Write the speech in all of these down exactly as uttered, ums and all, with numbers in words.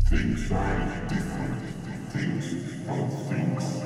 Things are different. Things are things.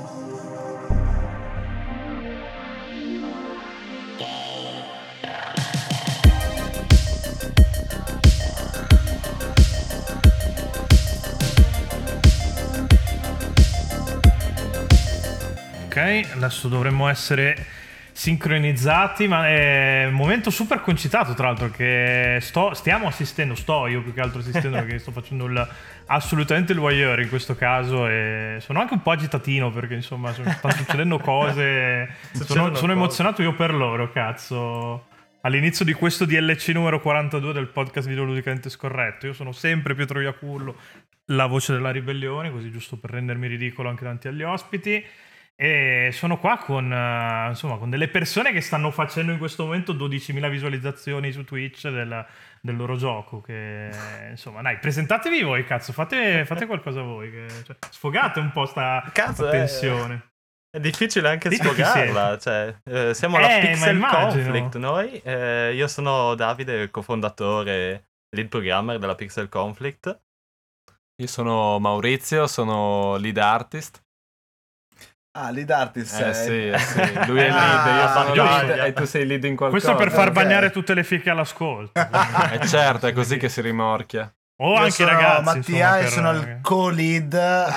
Ok, adesso dovremmo essere sincronizzati, ma è un momento super concitato, tra l'altro, che sto, stiamo assistendo, sto io più che altro assistendo perché sto facendo il, assolutamente il voyeur in questo caso e sono anche un po' agitatino perché insomma stanno succedendo cose, sono, sono emozionato io per loro, cazzo. All'inizio di questo D L C numero quarantadue del podcast videoludicamente scorretto, io sono sempre Pietro Iacullo, la voce della ribellione, così giusto per rendermi ridicolo anche davanti agli ospiti. E sono qua con, uh, insomma, con delle persone che stanno facendo in questo momento dodicimila visualizzazioni su Twitch del, del loro gioco. Che insomma, dai, presentatevi voi, cazzo, fate, fate qualcosa voi. Che, cioè, sfogate un po' sta, cazzo, sta tensione. È, è difficile anche Dite sfogarla. Cioè, eh, siamo alla Eh, Pixel ma immagino. Conflict noi. Eh, io sono Davide, cofondatore, lead programmer della Pixel Conflict. Io sono Maurizio, sono lead artist. Ah, lead artist Eh sei. sì, eh sì, lui è Ah, lead, io sono giusto. lead e tu sei lead in qualcosa. Questo per far ok. bagnare tutte le fiche all'ascolto. Eh certo, è così che si rimorchia. O Io anche sono ragazzi, Mattia insomma, e per- sono il co-lead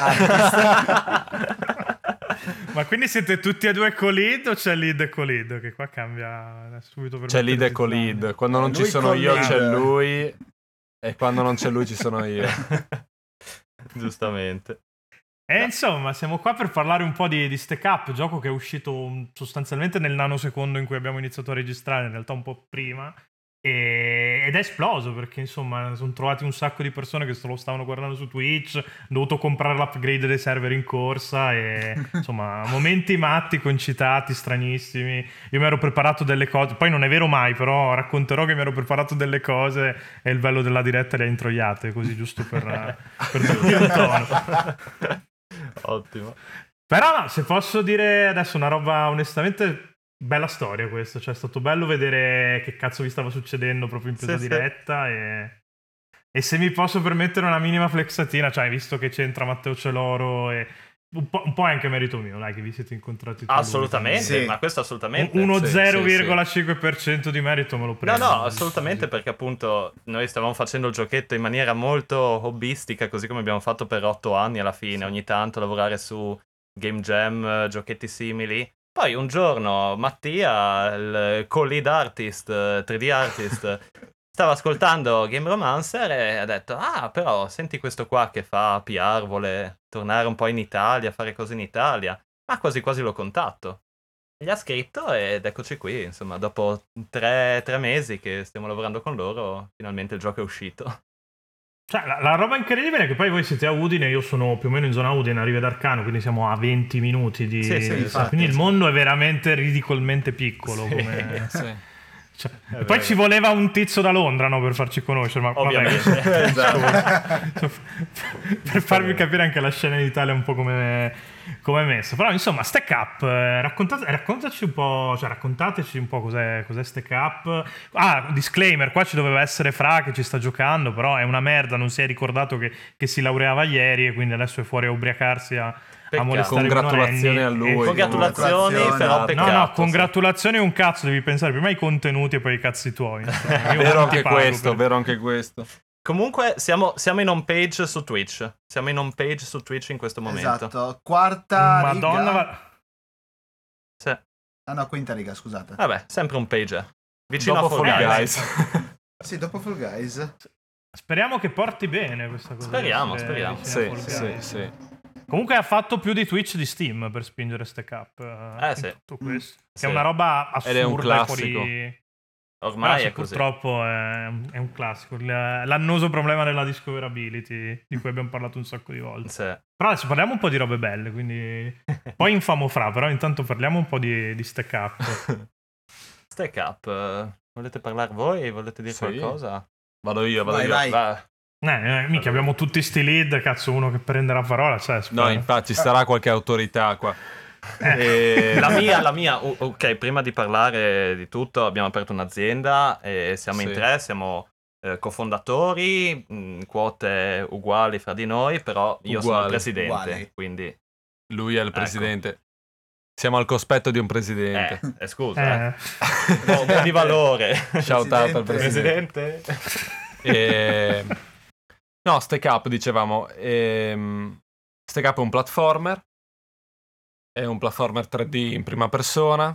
artist. Ma quindi siete tutti e due co-lead o c'è lead e co-lead? Che qua cambia subito per C'è lead e mettere co-lead. Quando non Lui ci sono io co-lead. c'è lui e quando non c'è lui ci sono io. Giustamente. E insomma, siamo qua per parlare un po' di, di Stack Up, gioco che è uscito um, sostanzialmente nel nanosecondo in cui abbiamo iniziato a registrare, in realtà un po' prima, e- ed è esploso perché insomma sono trovati un sacco di persone che se lo stavano guardando su Twitch, ho dovuto comprare l'upgrade dei server in corsa e insomma momenti matti, concitati, stranissimi. Io mi ero preparato delle cose, poi non è vero mai, però racconterò che mi ero preparato delle cose e il bello della diretta le ha introiate, così giusto per, per dargli un tono. Ottimo. Però no, se posso dire adesso una roba onestamente bella storia questa, cioè è stato bello vedere che cazzo vi stava succedendo proprio in presa Sì, sì. diretta e... e se mi posso permettere una minima flexatina, cioè visto che c'entra Matteo Celoro e un po', un po' è anche merito mio, dai, che vi siete incontrati tutti. Assolutamente, Sì. ma questo assolutamente. Uno Sì, zero sì, virgola cinque per cento di merito me lo No, prendo. no, assolutamente, perché appunto noi stavamo facendo il giochetto in maniera molto hobbistica, così come abbiamo fatto per otto anni alla fine, ogni tanto lavorare su game jam, eh, giochetti simili. Poi un giorno Mattia, il co-lead artist, eh, tre D artist, stava ascoltando Game Romancer e ha detto: ah, però senti questo qua che fa P R, vuole tornare un po' in Italia, fare cose in Italia. Ma quasi quasi lo contatto. Gli ha scritto ed eccoci qui, insomma, dopo tre, tre mesi che stiamo lavorando con loro, finalmente il gioco è uscito. Cioè, la, la roba incredibile è che poi voi siete a Udine, io sono più o meno in zona Udine, a Rive d'Arcano, quindi siamo a venti minuti di... Sì, sì, infatti, quindi il sì. mondo è veramente ridicolmente piccolo. Sì. Come... Sì. Cioè, È e poi vero. ci voleva un tizio da Londra, no, per farci conoscere, ma Ovviamente. vabbè, Esatto. per farvi capire anche la scena in Italia un po' come come è messa. Però insomma, Stack Up, eh, raccontate, raccontaci un po', cioè raccontateci un po' cos'è, cos'è Stack Up. Ah, disclaimer, qua ci doveva essere Fra che ci sta giocando, però è una merda, non si è ricordato che, che si laureava ieri e quindi adesso è fuori a ubriacarsi a, a Peccato. molestare i Congratulazioni minorenni. a lui. E- Congratulazioni, Congratulazioni. però No, peccato. No, no, sì. congratulazioni un cazzo, devi pensare prima ai contenuti e poi ai cazzi tuoi. insomma. Io Vero non ti anche pago questo, per- vero anche questo. Comunque siamo, siamo in home page su Twitch. Siamo in home page su Twitch in questo momento. Esatto, quarta Madonna, riga. va- Sì. Ah no, quinta riga, scusate. Vabbè, sempre un page. eh. Vicino Dopo a Fall Fall Guys. Guys. Sì, dopo Fall Guys. speriamo che porti bene questa cosa. Speriamo, di essere speriamo. vicino a Sì, Fall sì, Guys. sì. Comunque ha fatto più di Twitch di Steam per spingere Stack Up. Eh, in sì. tutto questo. Che Sì. è una roba assurda. Ed è un e classico. fuori- Ormai Però sì, è così. purtroppo è, è un classico. Il- L'annoso problema della discoverability, di cui abbiamo parlato un sacco di volte. Sì. Però adesso parliamo un po' di robe belle, quindi poi infamo Fra, però intanto parliamo un po' di, di Stack Up. Stack Up. eh, Volete parlare voi? Volete dire Sì. qualcosa? Vado io, vado Vai, io. vai. Va. Eh, eh, mica abbiamo tutti sti lead, cazzo, uno che prende la parola, cioè, spero. No, infatti, ci sarà qualche autorità qua. Eh. E- La mia, la mia, o- ok, prima di parlare di tutto abbiamo aperto un'azienda e siamo in Sì. tre, siamo eh, cofondatori, mh, quote uguali fra di noi, però io sono il Uguali, presidente, uguali. quindi Lui è il presidente. Siamo al cospetto di un presidente. eh, eh, scusa, Eh. eh. Un po' di valore. Shout out al presidente. Presidente. E... No, Stake Up, dicevamo. Ehm... Stake Up è un platformer. È un platformer tre D in prima persona.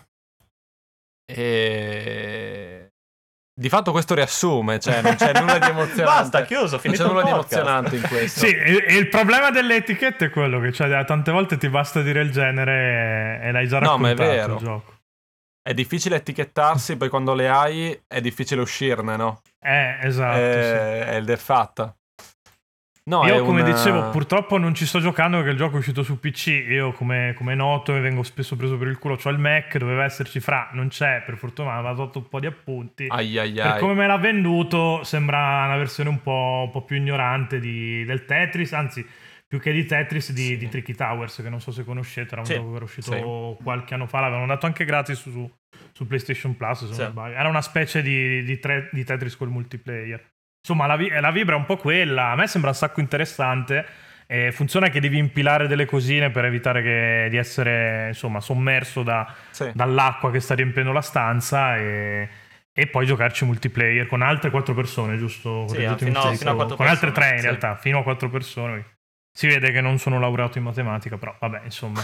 E... Di fatto questo riassume, cioè non c'è nulla di emozionante. Basta, chiuso, Non finito c'è il nulla di podcast. emozionante in questo. Sì, e, e il problema delle etichette è quello che cioè, tante volte ti basta dire il genere e, e l'hai già No, ma è raccontato vero. il gioco. È difficile etichettarsi, poi quando le hai è difficile uscirne, no? Eh, esatto, è, sì. ed è fatta. No, Io è come una- dicevo purtroppo non ci sto giocando perché il gioco è uscito su P C. Io come, come noto e vengo spesso preso per il culo, c'ho il Mac, doveva esserci fra, non c'è, per fortuna mi ha dato un po' di appunti. Ai ai Per ai. come me l'ha venduto sembra una versione un po', un po' più ignorante di- del Tetris, anzi più che di Tetris di, Sì. di Tricky Towers, che non so se conoscete, era un Sì. gioco che era uscito qualche anno fa, l'avevano dato anche gratis su, su PlayStation Plus se Sì. non sbaglio. Era una specie di, di, tre- di Tetris col multiplayer. Insomma, la, vi- la vibra è un po' quella. A me sembra un sacco interessante. E funziona che devi impilare delle cosine per evitare che- di essere, insomma, sommerso da- Sì. dall'acqua che sta riempiendo la stanza. E, e poi giocarci multiplayer con altre quattro persone, giusto? Sì, Correggetemi fino a- se mi fino a sbaglio. quattro Con altre persone, tre in sì. realtà, fino a quattro persone. Si vede che non sono laureato in matematica, però vabbè, insomma.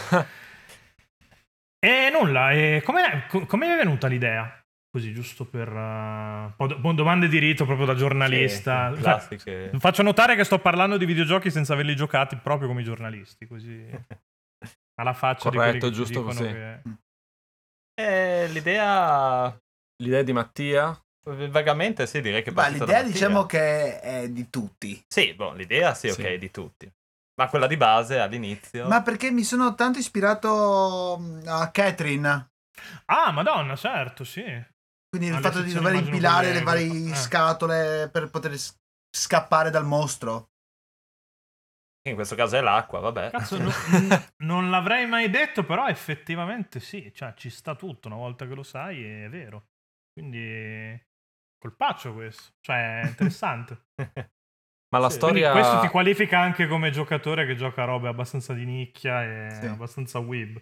E nulla, e come, co- come mi è venuta l'idea? Così, giusto per uh, un po' do- po' domande di rito proprio da giornalista. Sì, Cioè, classiche. faccio notare che sto parlando di videogiochi senza averli giocati proprio come i giornalisti, così alla faccia di quelli Corretto, che ci giusto dicono così. che... Eh, l'idea L'idea di Mattia? vagamente sì, direi che è Ma partita da l'idea Mattia. diciamo che è di tutti. Sì, boh, l'idea sì, ok, Sì. di tutti. Ma quella di base all'inizio. Ma perché mi sono tanto ispirato mm, a Catherine. Ah, madonna, certo, sì. Quindi il Alle fatto di sezioni, dover immagino, impilare quelle- le varie eh. scatole per poter s- scappare dal mostro. In questo caso è l'acqua, vabbè. Cazzo, no- n- non l'avrei mai detto, però effettivamente sì, cioè ci sta tutto, una volta che lo sai è vero. Quindi colpaccio questo, cioè è interessante. Ma la Sì. Quindi storia... questo ti qualifica anche come giocatore che gioca robe abbastanza di nicchia e Sì. abbastanza weeb.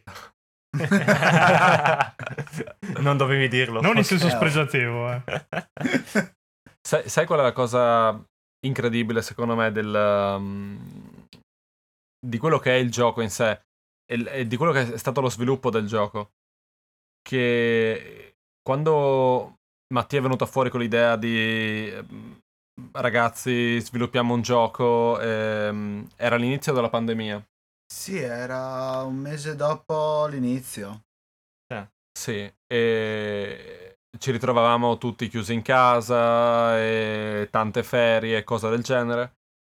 Non dovevi dirlo. Non in senso ok. spregiativo, eh. Sai, sai qual è la cosa incredibile secondo me del, um, di quello che è il gioco in sé e, e di quello che è stato lo sviluppo del gioco? Che quando Mattia è venuto fuori con l'idea di ehm, ragazzi sviluppiamo un gioco, ehm, era l'inizio della pandemia. Sì, era un mese dopo l'inizio. Sì, e ci ritrovavamo tutti chiusi in casa e tante ferie e cose del genere.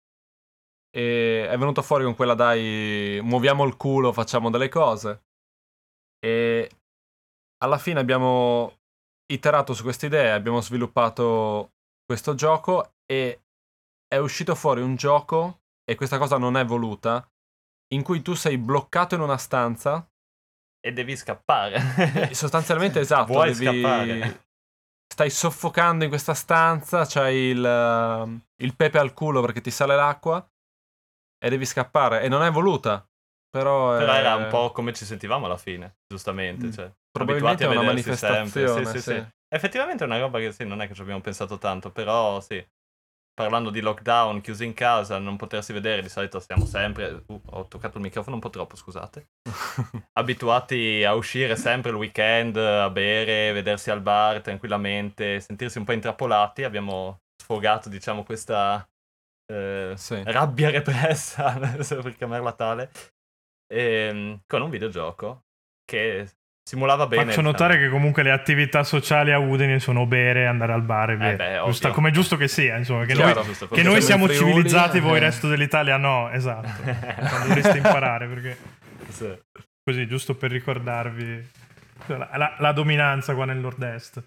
E è venuto fuori con quella dai, muoviamo il culo, facciamo delle cose. E alla fine abbiamo iterato su questa idea, abbiamo sviluppato questo gioco e è uscito fuori un gioco, e questa cosa non è voluta, in cui tu sei bloccato in una stanza. E devi scappare. Sostanzialmente esatto, Vuoi devi- scappare. stai soffocando in questa stanza, c'hai il, il pepe al culo perché ti sale l'acqua e devi scappare. E non è voluta, però, Però è- era un po' come ci sentivamo alla fine, giustamente. Mm. Cioè, Probabilmente abituati a è una vedersi sempre. manifestazione, Sì, sì, sì. sì. Effettivamente è una roba che sì, non è che ci abbiamo pensato tanto, però sì. Parlando di lockdown, chiusi in casa, non potersi vedere, di solito stiamo sempre... Uh, ho toccato il microfono un po' troppo, scusate. Abituati a uscire sempre il weekend, a bere, vedersi al bar tranquillamente, sentirsi un po' intrappolati. Abbiamo sfogato, diciamo, questa eh, Sì. rabbia repressa, per chiamarla tale, ehm, con un videogioco che simulava bene. Faccio il notare fenomeno. che comunque le attività sociali a Udine sono bere, andare al bar e bere. beh, ovvio. Giusta- come è giusto che sia, insomma, che Chiaro. noi, Giusto, che noi siamo siamo in Friuli, civilizzati, voi eh. il resto dell'Italia no, esatto. Ma dovreste imparare, perché Sì. così, giusto per ricordarvi la, la- la dominanza qua nel nord-est.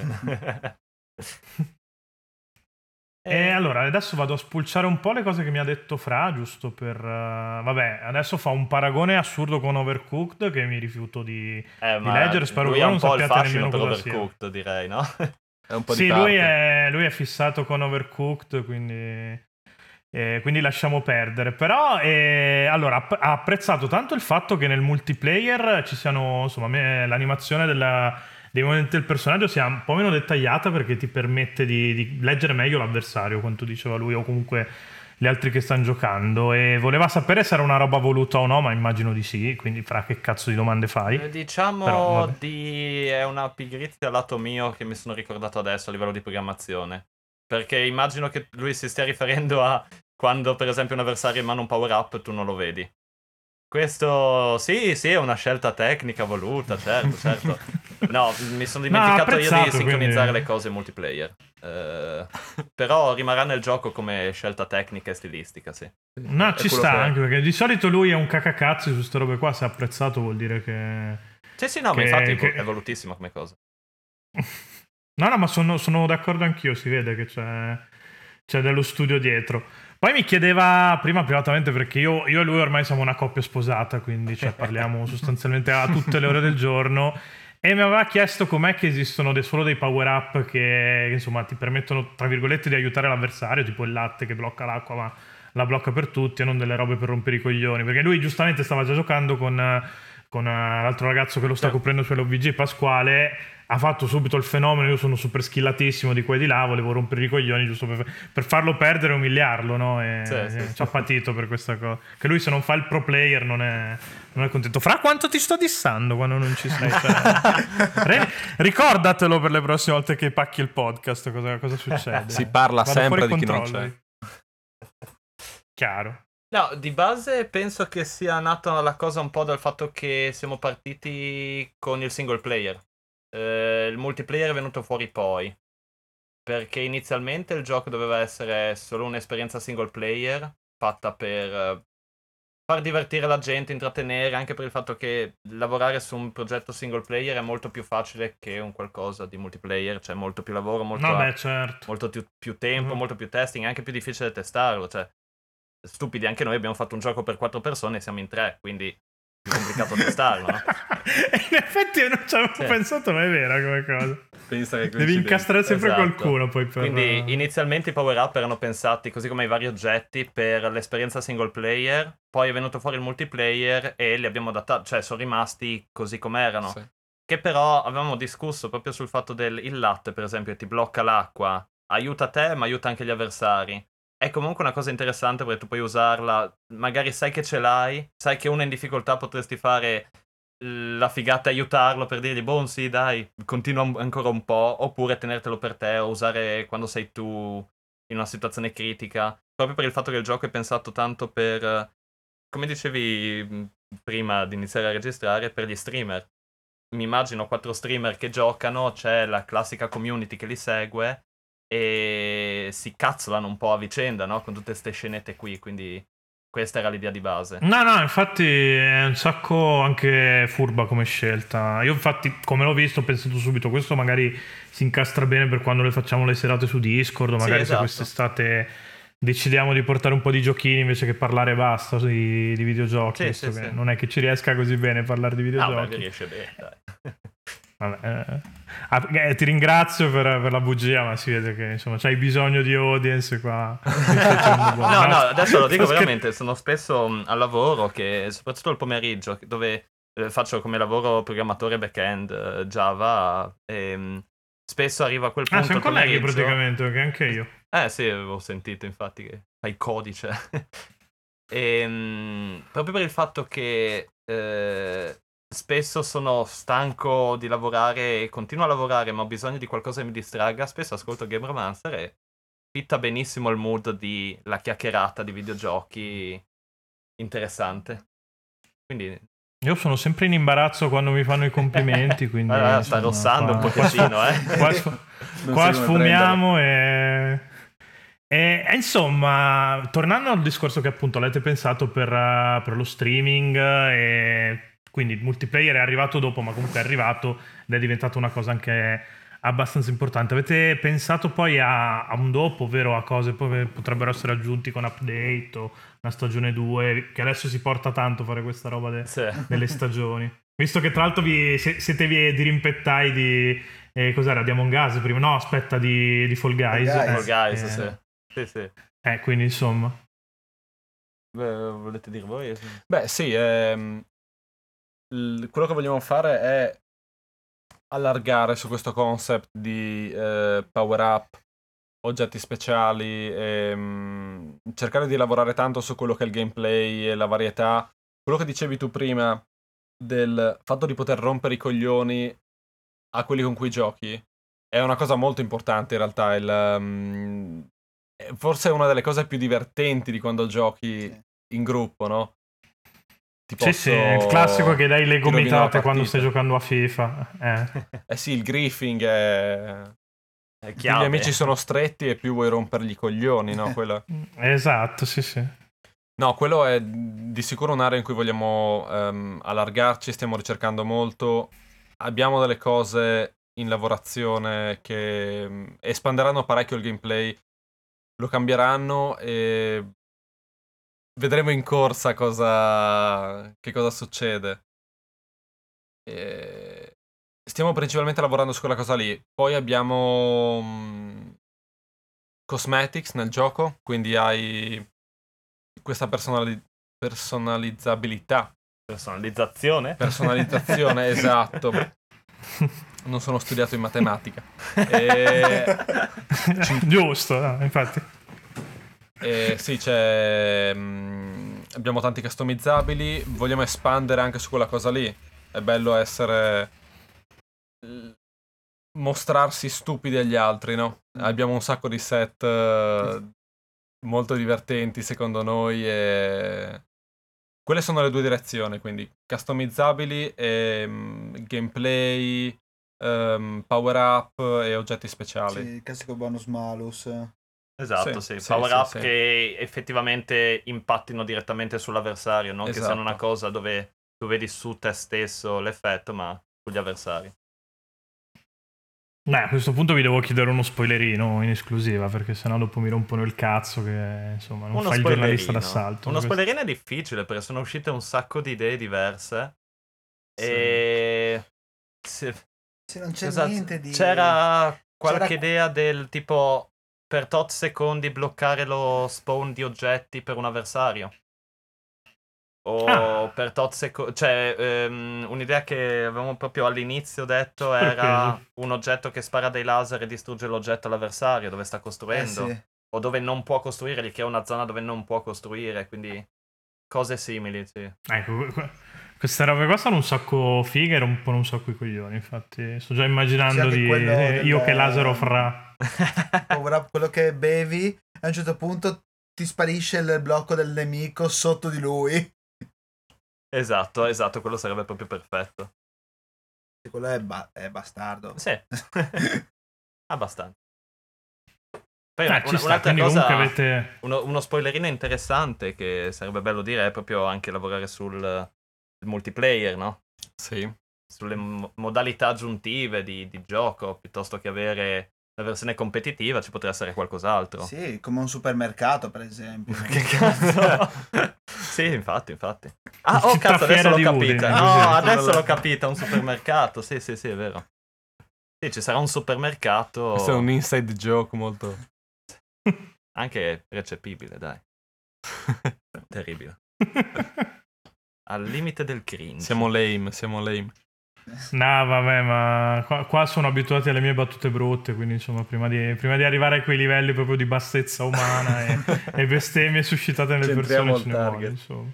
Sì. E allora, adesso vado a spulciare un po' le cose che mi ha detto Fra, giusto per... eh, vabbè, adesso fa un paragone assurdo con Overcooked che mi rifiuto di... Eh, di ma leggere, spero lui che ha voi un non po' il sappiate fascino nemmeno per cosa sia. Overcooked, direi, no? è un po' Sì, di lui parte. è, lui è fissato con Overcooked, quindi, eh, quindi lasciamo perdere. Però eh, allora, ha ha apprezzato tanto il fatto che nel multiplayer ci siano, insomma, me- l'animazione della- dei movimenti del personaggio sia un po' meno dettagliata, perché ti permette di, di leggere meglio l'avversario, quanto diceva lui, o comunque gli altri che stanno giocando. E voleva sapere se era una roba voluta o no, ma immagino di sì, quindi fra che cazzo di domande fai? Eh, Diciamo Però, vabbè. di... è una pigrizia lato mio che mi sono ricordato adesso a livello di programmazione. Perché immagino che lui si stia riferendo a quando, per esempio, un avversario in mano un power up tu non lo vedi. Questo sì, sì, è una scelta tecnica voluta, certo, certo. No, mi sono No, dimenticato io di apprezzato, sincronizzare quindi- le cose in multiplayer. Eh, però rimarrà nel gioco come scelta tecnica e stilistica, sì. No, È ci quello sta che è. anche perché di solito lui è un cacacazzi su queste robe qua. Se è apprezzato vuol dire che. Sì, sì, no, che- ma infatti che- è volutissima come cosa. No, no, ma sono, sono d'accordo anch'io. Si vede che c'è, c'è dello studio dietro. Poi mi chiedeva prima privatamente, perché io, io e lui ormai siamo una coppia sposata, quindi cioè, parliamo sostanzialmente a tutte le ore del giorno. E mi aveva chiesto com'è che esistono dei- solo dei power up che, che, insomma ti permettono, tra virgolette, di aiutare l'avversario, tipo il latte che blocca l'acqua, ma la blocca per tutti, e non delle robe per rompere i coglioni. Perché lui giustamente stava già giocando con, con eh, l'altro ragazzo che lo sta Sì. coprendo sull'O V G, Pasquale. Ha fatto subito il fenomeno. Io sono super skillatissimo di qua e di là, volevo rompere i coglioni giusto per, per farlo perdere e umiliarlo, no? E Sì, sì, eh, sì. ci ha patito per questa cosa. Che lui, se non fa il pro player, non è, non è contento. Fra, quanto ti sto dissando quando non ci sei? Cioè, re- ricordatelo per le prossime volte che pacchi il podcast. Cosa, cosa succede? Si parla Vado sempre fuori di chi non controllo. c'è. Chiaro. No, di base penso che sia nata la cosa un po' dal fatto che siamo partiti con il single player. Eh, il multiplayer è venuto fuori poi. Perché inizialmente il gioco doveva essere solo un'esperienza single player, fatta per eh, far divertire la gente, intrattenere, anche per il fatto che lavorare su un progetto single player è molto più facile che un qualcosa di multiplayer, cioè molto più lavoro, molto, No, beh, certo. molto più, più tempo, Mhm. molto più testing, è anche più difficile testarlo, cioè stupidi anche noi, abbiamo fatto un gioco per quattro persone e siamo in tre, quindi più complicato testarlo, no? In effetti io non ci avevo Sì. pensato, ma è vera come cosa. Pensa che Devi coincidenza. incastrare sempre Esatto. qualcuno poi per... Quindi inizialmente i power up erano pensati, così come i vari oggetti, per l'esperienza single player, poi è venuto fuori il multiplayer e li abbiamo adattati, cioè sono rimasti così come erano. Sì. Che però avevamo discusso proprio sul fatto del il latte, per esempio, che ti blocca l'acqua, aiuta te ma aiuta anche gli avversari. È comunque una cosa interessante perché tu puoi usarla, magari sai che ce l'hai, sai che uno è in difficoltà, potresti fare la figata e aiutarlo per dirgli, boh, sì, dai, continua un- ancora un po', oppure tenertelo per te o usare quando sei tu in una situazione critica, proprio per il fatto che il gioco è pensato tanto per, eh, come dicevi mh, prima di iniziare a registrare, per gli streamer. Mi immagino quattro streamer che giocano, c'è la classica community che li segue e si cazzolano un po' a vicenda, no? Con tutte queste scenette qui, quindi questa era l'idea di base. No, no, infatti è un sacco anche furba come scelta. Io infatti, come l'ho visto, ho pensato subito, questo magari si incastra bene per quando le facciamo le serate su Discord, o Sì, magari esatto. se quest'estate decidiamo di portare un po' di giochini invece che parlare e basta di, di videogiochi, Sì, visto sì, che sì. non è che ci riesca così bene parlare di Ah, videogiochi. beh, riesce bene, dai. Vabbè, eh. Ah, eh, ti ringrazio per, per la bugia, ma si vede che insomma c'hai bisogno di audience qua. No, no, adesso lo dico sto scher- veramente, sono spesso mh, al lavoro, che soprattutto il pomeriggio, dove eh, faccio come lavoro programmatore back-end eh, Java, e mh, spesso arriva a quel Ah, punto siamo il colleghi pomeriggio. praticamente, perché anche io. Eh sì, avevo sentito infatti che fai codice. E, mh, proprio per il fatto che eh, spesso sono stanco di lavorare e continuo a lavorare, ma ho bisogno di qualcosa che mi distragga, spesso ascolto Game Romancer e fitta benissimo il mood di la chiacchierata di videogiochi interessante. Quindi Io sono sempre in imbarazzo quando mi fanno i complimenti, quindi Ah, sta insomma, rossando qua- un pochettino, eh. qua, sf- Non qua so come sfumiamo e... e e insomma, tornando al discorso che appunto avete pensato per, uh, per lo streaming, e quindi il multiplayer è arrivato dopo, ma comunque è arrivato ed è diventato una cosa anche abbastanza importante. Avete pensato poi a, a un dopo, ovvero a cose poi che potrebbero essere aggiunti con update o una stagione due, che adesso si porta tanto fare questa roba de- Sì. delle stagioni? Visto che tra l'altro vi, se- siete vie dirimpettai di, E cos'era? Di Among Us prima? No, aspetta, di, di Fall Guys. Fall Fall Guys, eh, sì. Sì, sì. eh, quindi insomma. Beh, volete dire voi? Beh, sì, ehm, l- quello che vogliamo fare è allargare su questo concept di eh, power up, oggetti speciali, ehm, cercare di lavorare tanto su quello che è il gameplay e la varietà. Quello che dicevi tu prima del fatto di poter rompere i coglioni a quelli con cui giochi è una cosa molto importante in realtà. Il, um, è forse è una delle cose più divertenti di quando giochi Sì. in gruppo, no? Ti Sì, sì, posso... è il classico che dai le ti rovino la gomitate quando partita. stai giocando a FIFA. Eh. Eh sì, il griefing è... È Più gli chiave. amici sono stretti e più vuoi rompergli i coglioni, no? Quello... Esatto, sì, sì. No, quello è di sicuro un'area in cui vogliamo ehm, allargarci, stiamo ricercando molto. Abbiamo delle cose in lavorazione che ehm, espanderanno parecchio il gameplay, lo cambieranno e vedremo in corsa cosa... che cosa succede. E... Stiamo principalmente lavorando su quella cosa lì. Poi abbiamo mh, cosmetics nel gioco, quindi hai questa personali- personalizzabilità. Personalizzazione? Personalizzazione, esatto. Non sono studiato in matematica. E... Giusto, no, infatti. e sì, c'è... mh, abbiamo tanti customizzabili. Vogliamo espandere anche su quella cosa lì. È bello essere... mostrarsi stupidi agli altri, no? Abbiamo un sacco di set eh, molto divertenti secondo noi e... Quelle sono le due direzioni, quindi customizzabili e mm, gameplay, ehm, power up e oggetti speciali. Sì, il classico bonus malus. Esatto, Sì, sì. sì, Power sì, up sì. che effettivamente impattino direttamente sull'avversario, non che siano Esatto. una cosa dove tu vedi su te stesso l'effetto, ma sugli avversari. Beh, a questo punto vi devo chiedere uno spoilerino in esclusiva, perché sennò dopo mi rompono il cazzo che, insomma, non Uno fai il giornalista spoilerino. d'assalto. Uno Questo- spoilerino è difficile perché sono uscite un sacco di idee diverse. Sì. E... se- Se non c'è Esatto. niente di... C'era qualche C'era- idea del tipo per tot secondi bloccare lo spawn di oggetti per un avversario. O Ah. per tot secondi. Cioè, ehm, un'idea che avevamo proprio all'inizio detto era Sorpreso. un oggetto che spara dei laser e distrugge l'oggetto all'avversario dove sta Eh costruendo. sì. O dove non può costruire, gli crea una zona dove non può costruire. Quindi cose simili, sì. Ecco, que- que- queste robe qua sono un sacco fighe e rompono un sacco i coglioni, infatti. Sto già immaginando anche di... quello eh, del- io che lasero fra... Power up, quello che bevi, a un certo punto ti sparisce il blocco del nemico sotto di lui. Esatto, esatto, quello sarebbe proprio perfetto. Quello è, ba- è bastardo. Sì, abbastanza. Poi Eh, una- ci una- sta, un'altra quindi cosa, comunque avete... uno, uno spoilerino interessante che sarebbe bello dire è proprio anche lavorare sul, sul multiplayer, no? Sì. Sulle mo- modalità aggiuntive di, di gioco, piuttosto che avere la versione competitiva, ci potrebbe essere qualcos'altro. Sì, come un supermercato, per esempio. Che cazzo? Sì, infatti, infatti. Ah, oh Città cazzo, adesso fiera l'ho di capita. Udine, No, così. adesso l'ho capita, un supermercato. Sì, sì, sì, è vero. Sì, ci sarà un supermercato Questo è un inside joke molto... anche recepibile, dai. Terribile. Al limite del cringe. Siamo lame, siamo lame. No, vabbè, ma qua, qua sono abituati alle mie battute brutte, quindi insomma, prima di, prima di arrivare a quei livelli proprio di bassezza umana e, e bestemmie suscitate nelle Centriamo persone, il ce ne vuole, target. insomma.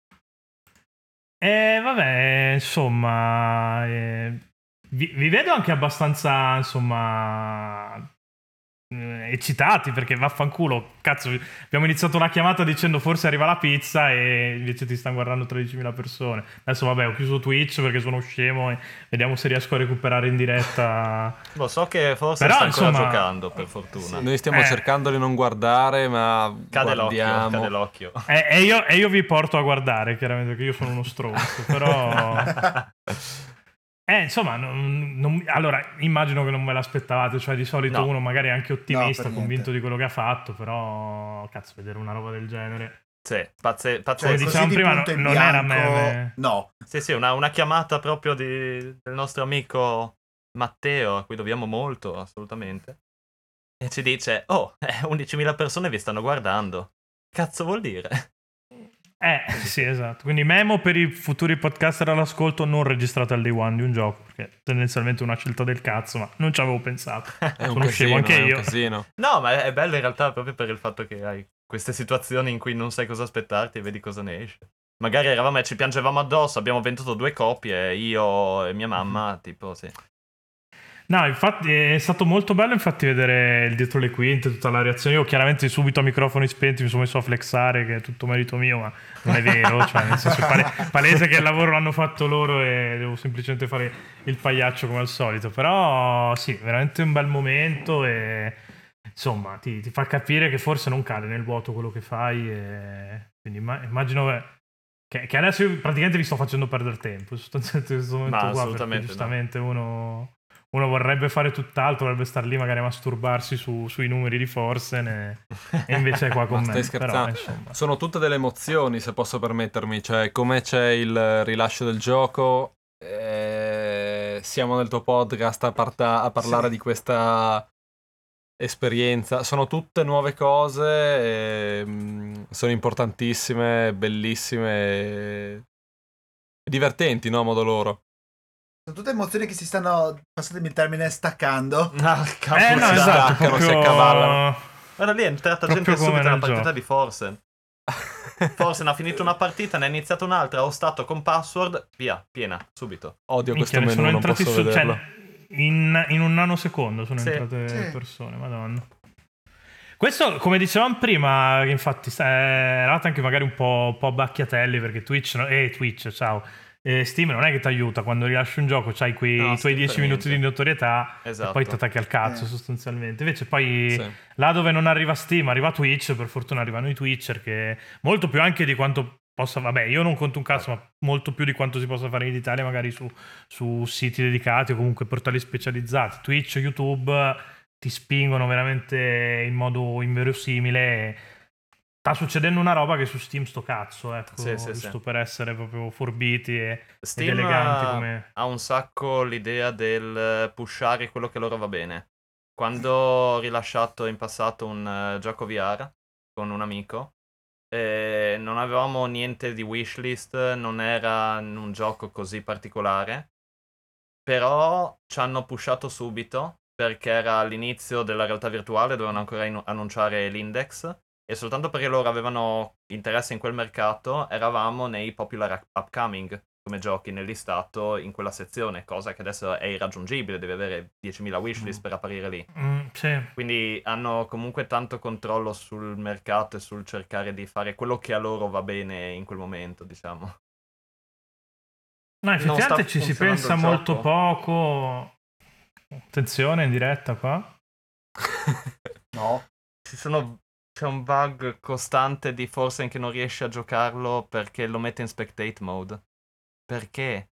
E vabbè, insomma, eh, vi, vi vedo anche abbastanza, insomma, eh, eccitati perché vaffanculo, cazzo, abbiamo iniziato la chiamata dicendo forse arriva la pizza e invece ti stanno guardando tredicimila persone. Adesso vabbè, ho chiuso Twitch perché sono scemo e vediamo se riesco a recuperare in diretta. Lo so che forse Però, sta ancora insomma, giocando, per fortuna. Noi stiamo Eh. cercando di non guardare, ma Cade l'occhio, guardiamo. cade l'occhio. E, e io, e io vi porto a guardare, chiaramente, perché io sono uno stronzo, però... Eh, insomma, non- non- allora, immagino che non me l'aspettavate, cioè di solito No. uno magari è anche ottimista, No, per convinto niente. di quello che ha fatto, però, cazzo, vedere una roba del genere... Sì, pazze- Come pazzesco. dice- diciamo Così di prima, punto no- in non era bianco, meme. No. Sì, sì, una, una chiamata proprio di- del nostro amico Matteo, a cui dobbiamo molto, assolutamente, e ci dice, oh, eh, undicimila persone vi stanno guardando. Cazzo vuol dire? Eh, sì, esatto. Quindi memo per i futuri podcaster all'ascolto: non registrate al day one di un gioco, perché tendenzialmente è una scelta del cazzo, ma non ci avevo pensato. È un Sono scemo casino, anche è un io. casino. No, ma è bello in realtà proprio per il fatto che hai queste situazioni in cui non sai cosa aspettarti e vedi cosa ne esce. Magari eravamo e ci piangevamo addosso, abbiamo venduto due copie, io e mia mamma, mm-hmm. tipo, sì. No, infatti è stato molto bello infatti vedere il dietro le quinte, tutta la reazione. Io chiaramente subito a microfoni spenti mi sono messo a flexare che è tutto merito mio, ma non è vero, cioè nel senso pale- palese che il lavoro l'hanno fatto loro e devo semplicemente fare il pagliaccio come al solito. Però sì, veramente un bel momento e insomma ti, ti fa capire che forse non cade nel vuoto quello che fai e quindi imma- immagino che, che adesso io praticamente vi sto facendo perdere tempo sostanzialmente in questo momento Ma qua, assolutamente perché giustamente no. uno... Uno vorrebbe fare tutt'altro, vorrebbe star lì magari a masturbarsi su, sui numeri di Forsen e, e invece è qua con Ma me. stai scherzando? Però, insomma. Sono tutte delle emozioni, se posso permettermi. Cioè, come c'è il rilascio del gioco, eh, siamo nel tuo podcast a, parta- a parlare Sì. di questa esperienza. Sono tutte nuove cose, e, mh, sono importantissime, bellissime e divertenti, no, a modo loro. Sono tutte emozioni che si stanno, passatemi il termine, staccando. Ah, cavolo, Eh no, si esatto, staccano, proprio... si accavallano. Guarda lì è entrata proprio gente come subito nella nel partita gioco. di Forsen. Forsen ha finito una partita, ne ha iniziata un'altra, ho stato con password, via, piena, subito. Odio questo Minchia, ne menu, sono non entrati posso su, vederlo. cioè, in, in un nanosecondo sono Sì, entrate sì. persone, madonna. Questo, come dicevamo prima, infatti, eh, eravate anche magari un po', un po' bacchiatelli, perché Twitch, no- eh, Twitch, ciao, eh, Steam non è che ti aiuta, quando rilasci un gioco c'hai quei No, tuoi Steam dieci per minuti niente. di notorietà Esatto. e poi ti attacchi al cazzo Eh. sostanzialmente. Invece poi Sì. là dove non arriva Steam arriva Twitch, per fortuna arrivano i Twitcher, che molto più anche di quanto possa, vabbè, io non conto un cazzo, ma molto più di quanto si possa fare in Italia magari su, su siti dedicati o comunque portali specializzati. Twitch, YouTube ti spingono veramente in modo inverosimile. Sta succedendo una roba che su Steam sto cazzo, ecco, Sì, sì, giusto sì. per essere proprio forbiti e, ed Steam eleganti ha, come... ha un sacco l'idea del pushare quello che loro va bene. Quando ho rilasciato in passato un uh, gioco V R con un amico, eh, non avevamo niente di wishlist, non era un gioco così particolare, però ci hanno pushato subito perché era all'inizio della realtà virtuale, dovevano ancora in- annunciare l'index. E soltanto perché loro avevano interesse in quel mercato, eravamo nei popular upcoming come giochi nel listato in quella sezione, cosa che adesso è irraggiungibile, devi avere diecimila wishlist Mm. per apparire lì. Mm, sì. Quindi hanno comunque tanto controllo sul mercato e sul cercare di fare quello che a loro va bene in quel momento, diciamo. No, Non effettivamente sta ci si funzionando pensa il molto gioco. poco. Attenzione in diretta qua. No. Ci sono... C'è un bug costante di Forsen che non riesce a giocarlo perché lo mette in spectate mode. Perché?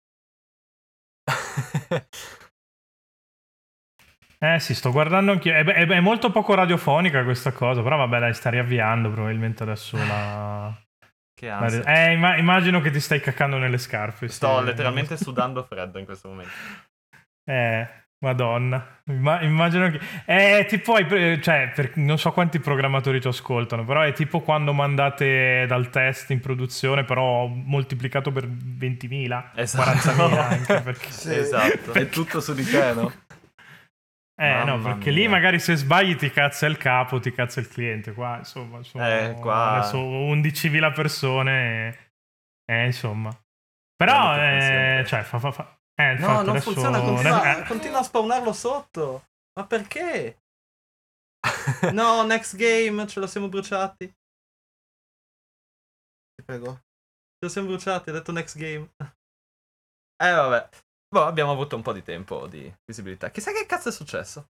Eh sì, sto guardando anch'io. È, è- è molto poco radiofonica questa cosa, però vabbè dai, sta riavviando probabilmente adesso la... Che la- ansia. Eh, imma- immagino che ti stai caccando nelle scarpe. Sto sì. letteralmente sudando freddo in questo momento. Eh, Madonna. Imma- immagino che... È tipo, hai pre- cioè, per- non so quanti programmatori ci ascoltano, però è tipo quando mandate dal test in produzione, però moltiplicato per ventimila, Esatto. quarantamila anche, perché... Sì. Esatto. È tutto su di te, no? Eh no, Mamma perché mia. lì magari se sbagli ti cazza il capo, ti cazza il cliente. Qua insomma sono Eh, qua- adesso undicimila persone e, eh, insomma. Però Grande tensione, eh, cioè fa, fa, fa. Eh, No, infatti, non adesso, funziona, continua, adesso- eh, continua a spawnarlo sotto. Ma perché? No, next game, ce lo siamo bruciati. Ce Ti prego. lo siamo bruciati, ha detto next game. Eh vabbè. Boh, abbiamo avuto un po' di tempo di visibilità. Chissà che cazzo è successo.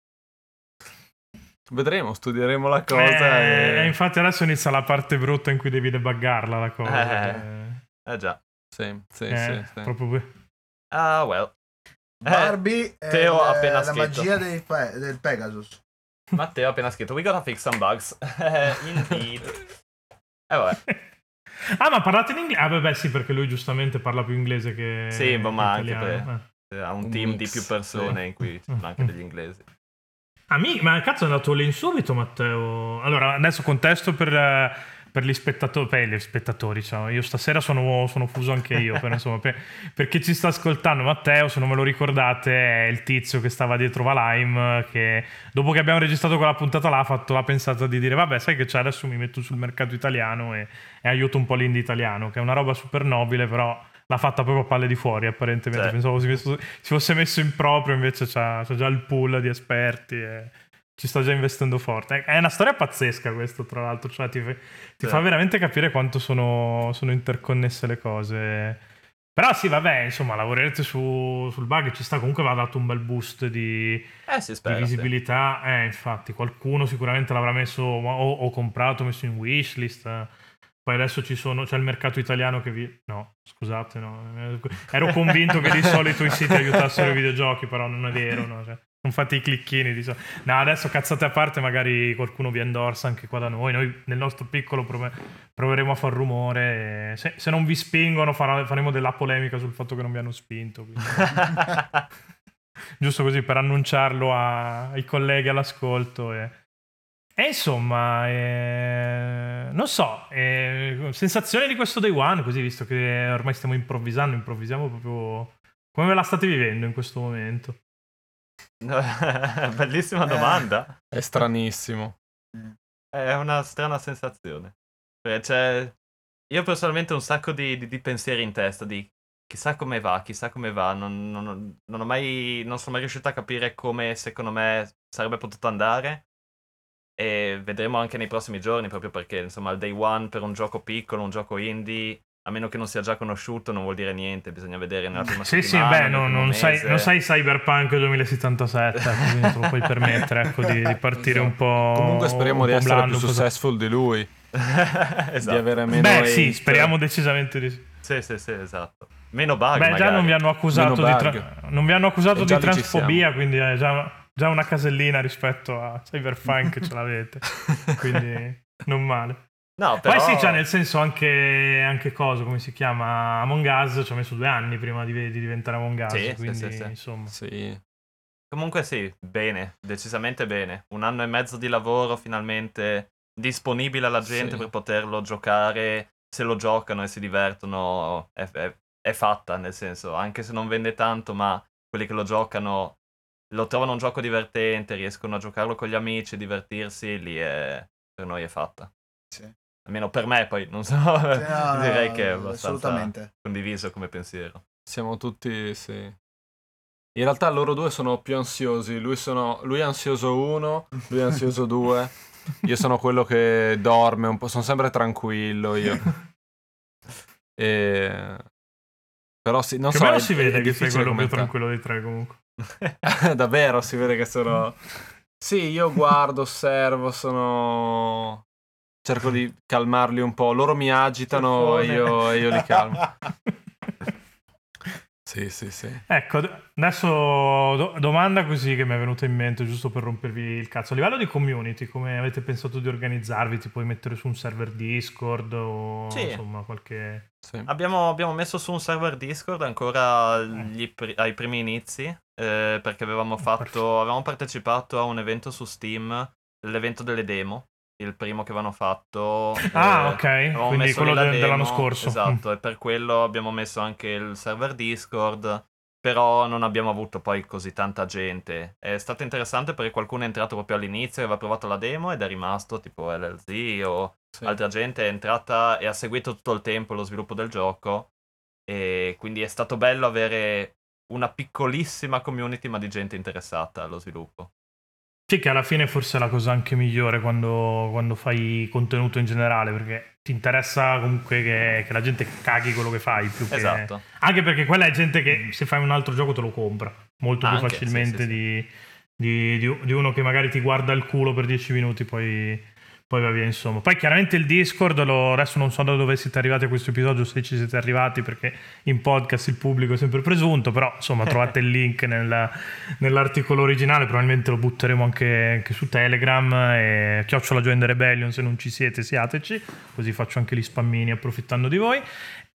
Vedremo, studieremo la cosa. eh, e... e infatti adesso inizia la parte brutta in cui devi debuggarla la cosa. Eh. eh. Eh già. Sì, sì, Eh, sì, sì. proprio que- Ah, well. Barbie è Teo ha il- appena la scritto. magia dei Pe- del Pegasus. Matteo ha appena scritto We gotta fix some bugs. Eh, Indeed. Eh vabbè. Ah, ma parlate in inglese? Ah, beh, beh, sì, perché lui giustamente parla più inglese che Sì, boh, ma che anche italiano. ha un, Un team mix, di più persone sì. in cui ci sono anche degli inglesi. Ah, mi- ma cazzo è andato lì subito, Matteo. Allora, adesso contesto per, eh, per gli spettatori, per gli spettatori, diciamo. Io stasera sono, sono fuso anche io, però, insomma, per, per chi ci sta ascoltando, Matteo, se non me lo ricordate, è il tizio che stava dietro Valheim, che dopo che abbiamo registrato quella puntata là ha fatto la pensata di dire, vabbè, sai che c'è, adesso mi metto sul mercato italiano e, e aiuto un po' l'indie italiano, che è una roba super nobile, però l'ha fatta proprio a palle di fuori, apparentemente. Sì. Pensavo si, messo- si fosse messo in proprio, invece c'ha, c'ha già il pool di esperti e ci sta già investendo forte. È una storia pazzesca questo, tra l'altro, cioè ti, fa- ti Sì. fa veramente capire quanto sono, sono interconnesse le cose. Però sì, vabbè, insomma, lavorerete su, sul bug, ci sta, comunque va dato un bel boost di, Eh, si di spera, sì. visibilità. Eh, infatti, qualcuno sicuramente l'avrà messo o, o comprato, messo in wishlist. Poi adesso ci sono, c'è il mercato italiano che vi... No, scusate, no. Ero convinto che di solito i siti aiutassero i videogiochi, però non è vero, no? Cioè, non fate i clicchini. Di so- no, adesso cazzate a parte, magari qualcuno vi endorsa anche qua da noi. Noi nel nostro piccolo prove- proveremo a far rumore. E se, se non vi spingono farà- faremo della polemica sul fatto che non vi hanno spinto. quindi- Giusto così per annunciarlo a- ai colleghi all'ascolto. E, e insomma, eh, non so, eh, sensazione di questo day one, così visto che ormai stiamo improvvisando, improvvisiamo proprio. Come ve la state vivendo in questo momento? Bellissima domanda. È stranissimo. È una strana sensazione. Perché c'è... Io personalmente ho un sacco di, di- di pensieri in testa, di chissà come va, chissà come va. Non, non- non ho mai, non sono mai riuscito a capire come secondo me sarebbe potuto andare. E vedremo anche nei prossimi giorni, proprio perché insomma il day one per un gioco piccolo, un gioco indie, a meno che non sia già conosciuto, non vuol dire niente. Bisogna vedere nella prima Sì, sì, settimana, beh, nel no, primo non, sai, mese. non sai Cyberpunk duemilasettantasette, ecco, quindi te lo puoi permettere, ecco, di, di partire un po'. Comunque speriamo un di po' essere blando, più un po' successful di lui. Esatto. Di avere meno Beh, hate. sì, speriamo decisamente di sì. Sì, sì, sì, esatto. Meno bug, Beh, già magari. non vi hanno accusato Meno di, bug. tra- non vi hanno accusato E già di lì ci transfobia, quindi è già, già una casellina rispetto a Cyberpunk ce l'avete. Quindi non male. No, però... Poi sì, cioè, nel senso anche, anche cosa, come si chiama? Among Us ci ha messo due anni prima di, di diventare Among Us, Sì, sì, quindi sì, sì. insomma. Sì. Comunque sì, bene, decisamente bene. Un anno e mezzo di lavoro finalmente disponibile alla gente Sì. per poterlo giocare. Se lo giocano e si divertono, è, è- è fatta, nel senso, anche se non vende tanto, ma quelli che lo giocano lo trovano un gioco divertente, riescono a giocarlo con gli amici, divertirsi, lì è, per noi è fatta. Sì. Almeno per me, poi non so, Sì, no, no, direi che è abbastanza assolutamente. condiviso come pensiero. Siamo tutti, sì. In realtà loro due sono più ansiosi. Lui, sono, lui è ansioso uno, lui è ansioso due. Io sono quello che dorme un po', sono sempre tranquillo io. E... Però sì, non Più so, o meno è, si è- vede è che sei difficile quello più commentare. tranquillo dei tre comunque. Davvero, si vede che sono... Sì, io guardo, osservo, sono... Cerco di calmarli un po'. Loro mi agitano e io, e io li calmo. Sì, sì, sì. Ecco, d- adesso do- domanda così che mi è venuta in mente, giusto per rompervi il cazzo. A livello di community, come avete pensato di organizzarvi? Ti puoi mettere su un server Discord o Sì. insomma qualche... Sì. Abbiamo, abbiamo messo su un server Discord ancora agli pri- ai primi inizi, eh, perché avevamo fatto, perfetto. avevamo partecipato a un evento su Steam, l'evento delle demo, il primo che avevano fatto. Ah, eh, ok, avevamo quindi messo quello lì la de- dell'anno demo, scorso. esatto, Mm. e per quello abbiamo messo anche il server Discord, però non abbiamo avuto poi così tanta gente. È stato interessante perché qualcuno è entrato proprio all'inizio, aveva provato la demo ed è rimasto, tipo L L Z o... Sì. Altra gente è entrata e ha seguito tutto il tempo lo sviluppo del gioco e quindi è stato bello avere una piccolissima community ma di gente interessata allo sviluppo. Sì, che alla fine forse è la cosa anche migliore quando, quando fai contenuto in generale, perché ti interessa comunque che, che la gente caghi quello che fai, più che... Esatto. Anche perché quella è gente che se fai un altro gioco te lo compra molto più Anche, facilmente sì, sì, sì. Di, di- di- di uno che magari ti guarda il culo per dieci minuti, poi, poi va via, insomma. Poi chiaramente il Discord, lo, adesso non so da dove siete arrivati a questo episodio, se ci siete arrivati, perché in podcast il pubblico è sempre presunto, però insomma trovate il link nel, nell'articolo originale, probabilmente lo butteremo anche, anche su Telegram, e chiocciola Join the Rebellion, se non ci siete siateci, così faccio anche gli spammini approfittando di voi.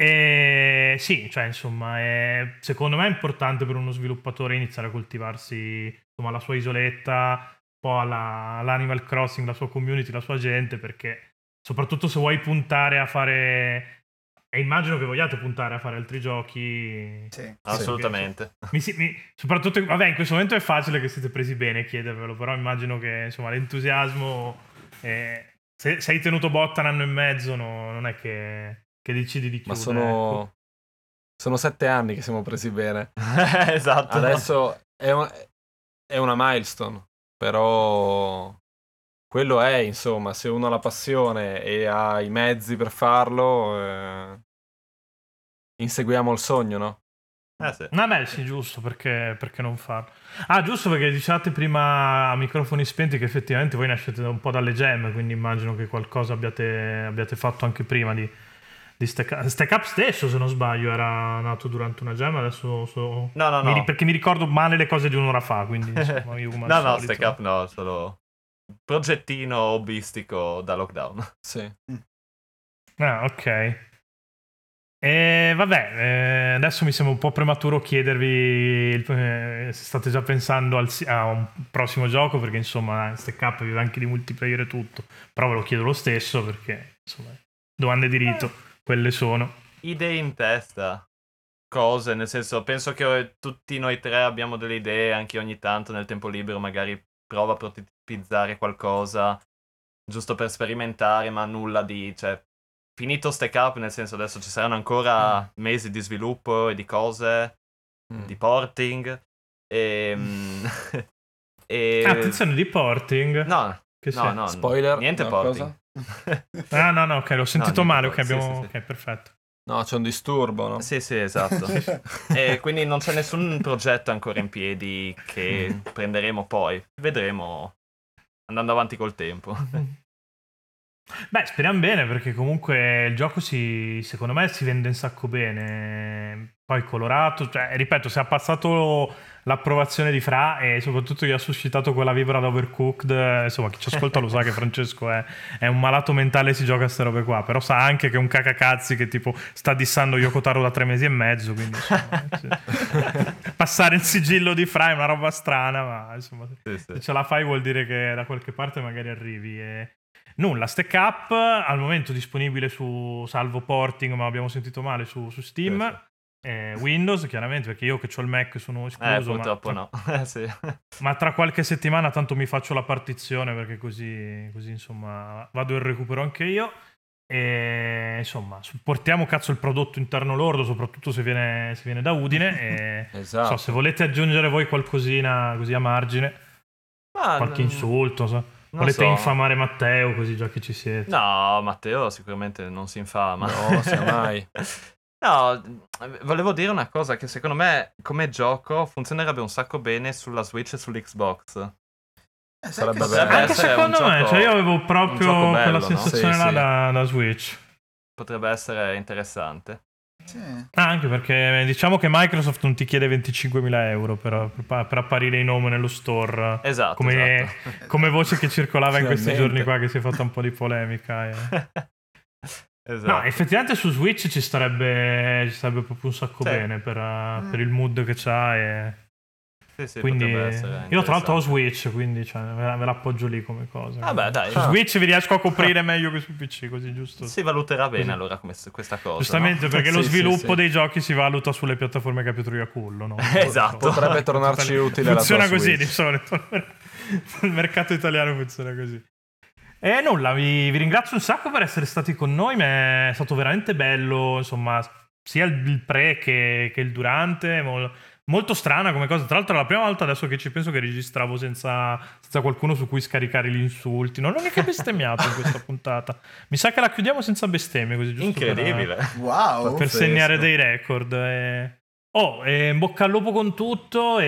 E sì, cioè insomma è, secondo me è importante per uno sviluppatore iniziare a coltivarsi insomma la sua isoletta, un po' alla, all'Animal Crossing, la sua community, la sua gente, perché soprattutto se vuoi puntare a fare, e immagino che vogliate puntare a fare altri giochi, Sì. Assolutamente. mi, si- mi- soprattutto vabbè, in questo momento è facile che siete presi bene chiedervelo, però immagino che insomma l'entusiasmo, eh, se sei tenuto botta un anno e mezzo, no, non è che, che decidi di Ma chiudere, sono... ecco. sono sette anni che siamo presi bene. Esatto. Adesso è, un- è una milestone, però quello è, insomma, se uno ha la passione e ha i mezzi per farlo, eh, inseguiamo il sogno, no? Eh sì. No, beh, sì, giusto, perché, perché non farlo? Ah, giusto, perché dicevate prima a microfoni spenti che effettivamente voi nascete da un po' dalle gem, quindi immagino che qualcosa abbiate, abbiate fatto anche prima di, di Stack Up. Stack Up stesso, se non sbaglio, era nato durante una gem, adesso so... No, no, mi ri- no. perché mi ricordo male le cose di un'ora fa, quindi insomma, io come al No, no, solito. Stack Up no, solo progettino hobbistico da lockdown. Sì. Ah, ok. E vabbè, eh, adesso mi sembra un po' prematuro chiedervi il- eh, se state già pensando al si- a un prossimo gioco, perché insomma Stack Up vive anche di multiplayer e tutto, però ve lo chiedo lo stesso perché insomma domande di rito, quelle sono. Idee in testa, cose, nel senso, penso che tutti noi tre abbiamo delle idee, anche ogni tanto nel tempo libero magari provo a prototipizzare qualcosa, giusto per sperimentare, ma nulla di, cioè, finito Stack Up, nel senso adesso ci saranno ancora mesi di sviluppo e di cose, Mm. di porting, e... e... Ah, attenzione, di porting. No, Che no, sia? no, Spoiler? niente No, porting. Ah, no, no, ok, l'ho sentito niente male, ok, poi, sì, abbiamo... sì, sì. ok, perfetto. No, c'è un disturbo, no? Sì, sì, esatto. E quindi non c'è nessun progetto ancora in piedi che prenderemo poi. Vedremo andando avanti col tempo. Beh, speriamo bene, perché comunque il gioco si, secondo me si vende un sacco bene. Poi colorato, cioè, ripeto, se ha passato l'approvazione di Fra e soprattutto gli ha suscitato quella vibra da Overcooked, eh, insomma, chi ci ascolta lo sa che Francesco è, è un malato mentale e si gioca a queste robe qua, però sa anche che è un cacacazzi che tipo sta dissando Yoko Taro da tre mesi e mezzo, quindi insomma, sì. Passare il sigillo di Fra è una roba strana, ma insomma, Sì, sì. se ce la fai vuol dire che da qualche parte magari arrivi. E nulla, Stack Up al momento disponibile su salvo porting, ma abbiamo sentito male, su, su Steam. Sì, sì. Eh, Windows chiaramente, perché io che ho il Mac sono escluso, Eh, ma purtroppo tra, no. Eh, sì. ma tra qualche settimana tanto mi faccio la partizione, perché così, così insomma vado in recupero anche io. E insomma supportiamo cazzo il prodotto interno lordo, soprattutto se viene, se viene da Udine. E Esatto. so, se volete aggiungere voi qualcosina così a margine, Ma qualche non- insulto, so. non Volete so. infamare Matteo, così già che ci siete. No, Matteo sicuramente non si infama. No, sia mai. No, volevo dire una cosa che secondo me come gioco funzionerebbe un sacco bene sulla Switch e sull'Xbox. Eh, sai Sarebbe che bello. Anche essere un secondo me, gioco- cioè io avevo un proprio gioco bello, quella no? sensazione Sì, là sì. Da, da Switch. Potrebbe essere interessante. Sì. Ah, anche perché diciamo che Microsoft non ti chiede venticinquemila euro per, per, per apparire in nome nello store. Esatto, Come, esatto. come voce che circolava in questi Finalmente. giorni qua, che si è fatta un po' di polemica. e- Esatto. No, effettivamente su Switch ci starebbe, ci starebbe proprio un sacco Sì. bene per, uh, Mm. per il mood che c'ha. E Sì, sì, quindi potrebbe essere io tra l'altro ho interessante. Switch, quindi cioè, ve, la, ve l'appoggio lì come cosa. Vabbè, dai. Su Ah. Switch vi riesco a coprire meglio che su P C, così giusto. Si valuterà bene Così. allora come s- questa cosa. Giustamente, no? perché lo Sì, sì, sviluppo sì. dei giochi si valuta sulle piattaforme che ha Pietro Iacullo, no? Esatto. Potrebbe tornarci utile la Funziona tua così Switch. di solito. Il mercato italiano funziona così. E nulla, vi, vi ringrazio un sacco per essere stati con noi. Mi è stato veramente bello, insomma, sia il, il pre che, che il durante. Mol- molto strana come cosa. Tra l'altro, è la prima volta adesso che ci penso che registravo senza, senza qualcuno su cui scaricare gli insulti. Non ho neanche bestemmiato in questa puntata. Mi sa che la chiudiamo senza bestemmie, così giusto per- Incredibile. Wow. per Pazzesco. segnare dei record. E... Oh, eh, in bocca al lupo con tutto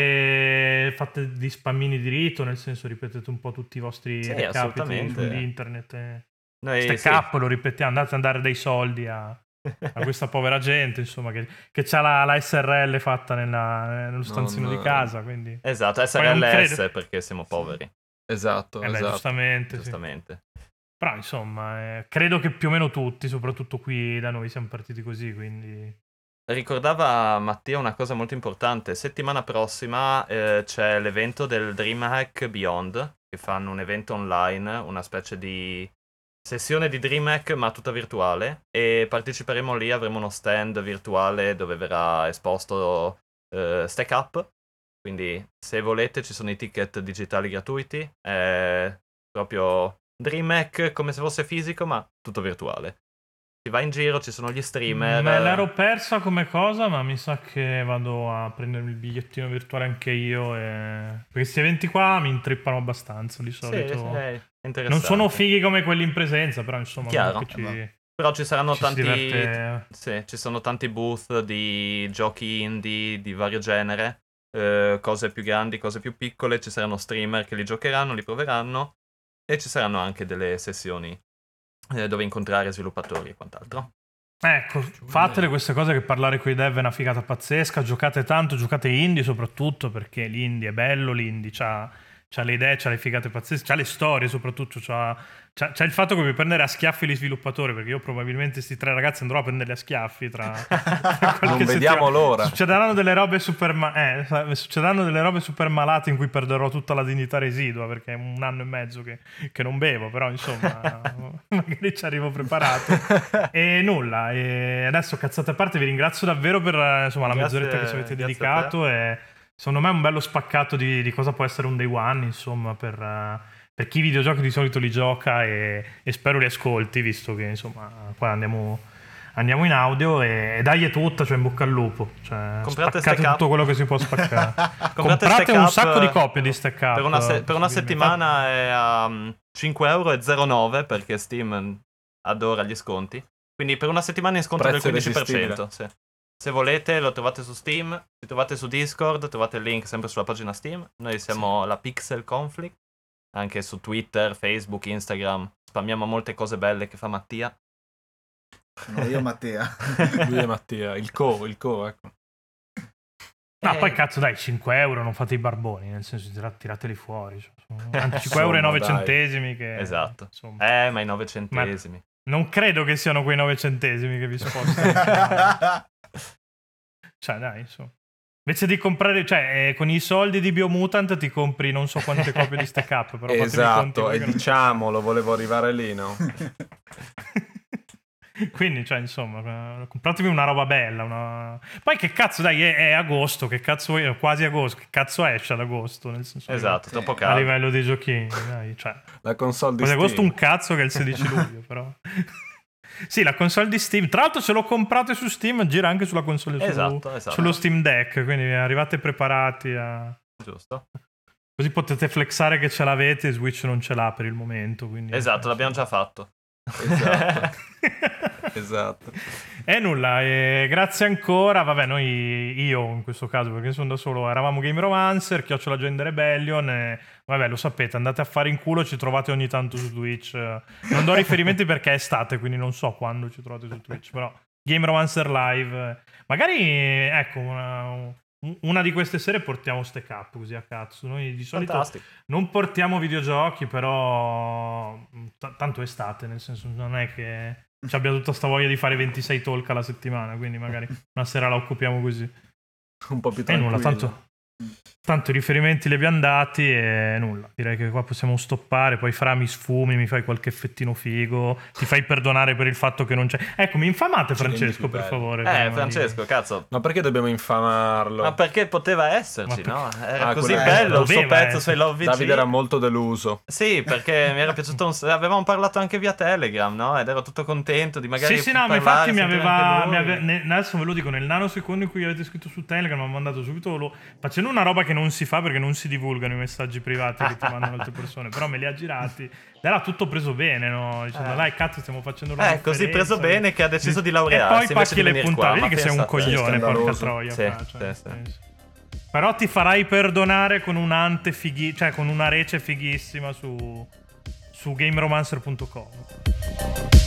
e fate gli spammini di rito, nel senso ripetete un po' tutti i vostri Sì, recapiti assolutamente. su internet. E... Noi Stack sì. up, lo ripetiamo, andate a dare dei soldi a, a questa povera gente, insomma, che, che c'ha la, la S R L fatta nella- nello stanzino Non- di casa, quindi... Esatto, Poi non S R L S credo- perché siamo poveri, Esatto, Eh beh, esatto. giustamente, sì. giustamente. Però, insomma, eh, credo che più o meno tutti, soprattutto qui da noi, siamo partiti così, quindi... Ricordava Mattia una cosa molto importante. Settimana prossima eh, c'è l'evento del DreamHack Beyond, che fanno un evento online, una specie di sessione di DreamHack ma tutta virtuale, e parteciperemo lì, avremo uno stand virtuale dove verrà esposto eh, Stack Up, quindi se volete ci sono i ticket digitali gratuiti, è proprio DreamHack come se fosse fisico ma tutto virtuale. Si va in giro, ci sono gli streamer. Me l'ero persa come cosa, ma mi sa che vado a prendermi il bigliettino virtuale anche io. E... Perché questi eventi qua mi intrippano abbastanza di Sì, solito. sì, è interessante. Non sono fighi come quelli in presenza, però insomma, Chiaro. comunque ci, Però ci saranno ci si tanti. diverte. Sì, ci sono tanti booth di giochi indie di vario genere, eh, cose più grandi, cose più piccole. Ci saranno streamer che li giocheranno, li proveranno, e ci saranno anche delle sessioni eh, dove incontrare sviluppatori e quant'altro. Ecco, fatele queste cose, che parlare con i dev è una figata pazzesca. Giocate tanto, giocate indie soprattutto, perché l'indie è bello, l'indie c'ha, c'ha le idee, c'ha le figate pazzesche, c'ha le storie soprattutto, c'ha, c'ha, c'ha il fatto che puoi prendere a schiaffi gli sviluppatori, perché io probabilmente questi tre ragazzi andrò a prenderli a schiaffi tra, tra qualche Non vediamo settimana. l'ora. Succederanno delle robe super ma- eh, sa- succederanno delle robe super malate in cui perderò tutta la dignità residua, perché è un anno e mezzo che, che non bevo, però insomma magari ci arrivo preparato. E nulla, e adesso cazzate a parte, vi ringrazio davvero per eh, insomma, la Grazie- mezz'oretta che ci avete grazie a dedicato, e secondo me è un bello spaccato di, di cosa può essere un day one, insomma, per, eh, per chi i videogiochi di solito li gioca, e, e spero li ascolti, visto che insomma qua andiamo, andiamo in audio, e, e dai è tutta, cioè in bocca al lupo, cioè, Comprate spaccate Stack Up. tutto quello che si può spaccare. Comprate Comprate Stack un Up, sacco di copie di Stack Up, Per una, se- per una possibilmente. settimana è a um, cinque euro e zero nove perché Steam adora gli sconti. Quindi per una settimana in sconto Prezzo del quindici per cento. Sì. Se volete lo trovate su Steam, ci trovate su Discord, trovate il link sempre sulla pagina Steam. Noi siamo la Pixel Conflict, anche su Twitter, Facebook, Instagram. Spammiamo molte cose belle che fa Mattia. Sono io Mattia. Lui e Mattia, il co, il co, ecco. No, Eh, poi cazzo dai, cinque euro non fate i barboni, nel senso tira- tirateli fuori. Cioè, sono- anzi, cinque Insomma, euro e nove dai. centesimi che... Esatto. Insomma, Eh, ma i nove centesimi. non credo che siano quei nove centesimi che vi spostano. Cioè, dai, insomma. Invece di comprare, cioè, eh, con i soldi di Biomutant ti compri non so quante copie di Stack Up, però fatemi i conti Esatto, voi e che non- diciamolo, volevo arrivare lì, no? Quindi, cioè, insomma, eh, compratemi una roba bella. Una... Poi che cazzo, dai, è, è agosto, che cazzo è? Quasi agosto, che cazzo esce ad agosto? Nel senso, Esatto, troppo a caldo. livello dei giochini, dai, cioè. La console di Quasi Steam. agosto un cazzo che è il sedici luglio, però. Sì, la console di Steam. Tra l'altro, se lo comprate su Steam, gira anche sulla console su- Esatto, esatto. sullo Steam Deck. Quindi arrivate preparati a. Giusto. Così potete flexare che ce l'avete, e Switch non ce l'ha per il momento. Quindi, Esatto, l'abbiamo già fatto. Esatto. Esatto. E nulla, e grazie ancora. Vabbè, noi, io in questo caso, perché sono da solo, eravamo Game Romancer, Chiocciola Agenda Rebellion. E, vabbè, lo sapete, andate a fare in culo, ci trovate ogni tanto su Twitch. Non do riferimenti perché è estate, quindi non so quando ci trovate su Twitch, però Game Romancer Live. Magari, ecco, una, una di queste sere portiamo Stack Up, così a cazzo. Noi di solito Fantastico. non portiamo videogiochi, però t- tanto è estate, nel senso non è che ci abbia tutta sta voglia di fare ventisei talk alla settimana, quindi magari una sera la occupiamo così. Un po' più E tranquillo. nulla, tanto, tanto i riferimenti li abbiamo dati e nulla. Direi che qua possiamo stoppare, poi Fra mi sfumi, mi fai qualche effettino figo, ti fai perdonare per il fatto che non c'è... Ecco, mi infamate Ci rendi Francesco, più per bello. favore. Eh, prima di- Francesco, cazzo. Ma perché dobbiamo infamarlo? Ma perché poteva esserci, Ma no? Era Ah, così quello- bello il suo doveva pezzo essere. sui Love V G. Davide era molto deluso. Sì, perché mi era piaciuto un... Avevamo parlato anche via Telegram, no? Ed ero tutto contento di magari Sì, sì, no, ma parlare, infatti mi sentire aveva, anche mi lui. ave- ne- adesso ve lo dico, nel nanosecondo in cui avete scritto su Telegram mi ha mandato subito lo- facendo una roba che non si fa perché non si divulgano i messaggi privati che ti mandano altre persone, però me li ha girati ed era tutto preso bene, no? Dicendo Eh. dai cazzo stiamo facendo una Eh, così conferenza, preso bene che ha deciso di e laurearsi poi invece pacchi di le venire puntate, qua, vedi ma che sei un pensa a te. coglione, porca scandaloso. troia. Sì, faccia, sì, sì. sì, sì. Però ti farai perdonare con un'ante fighi, cioè con una rece fighissima su su gameromancer punto com.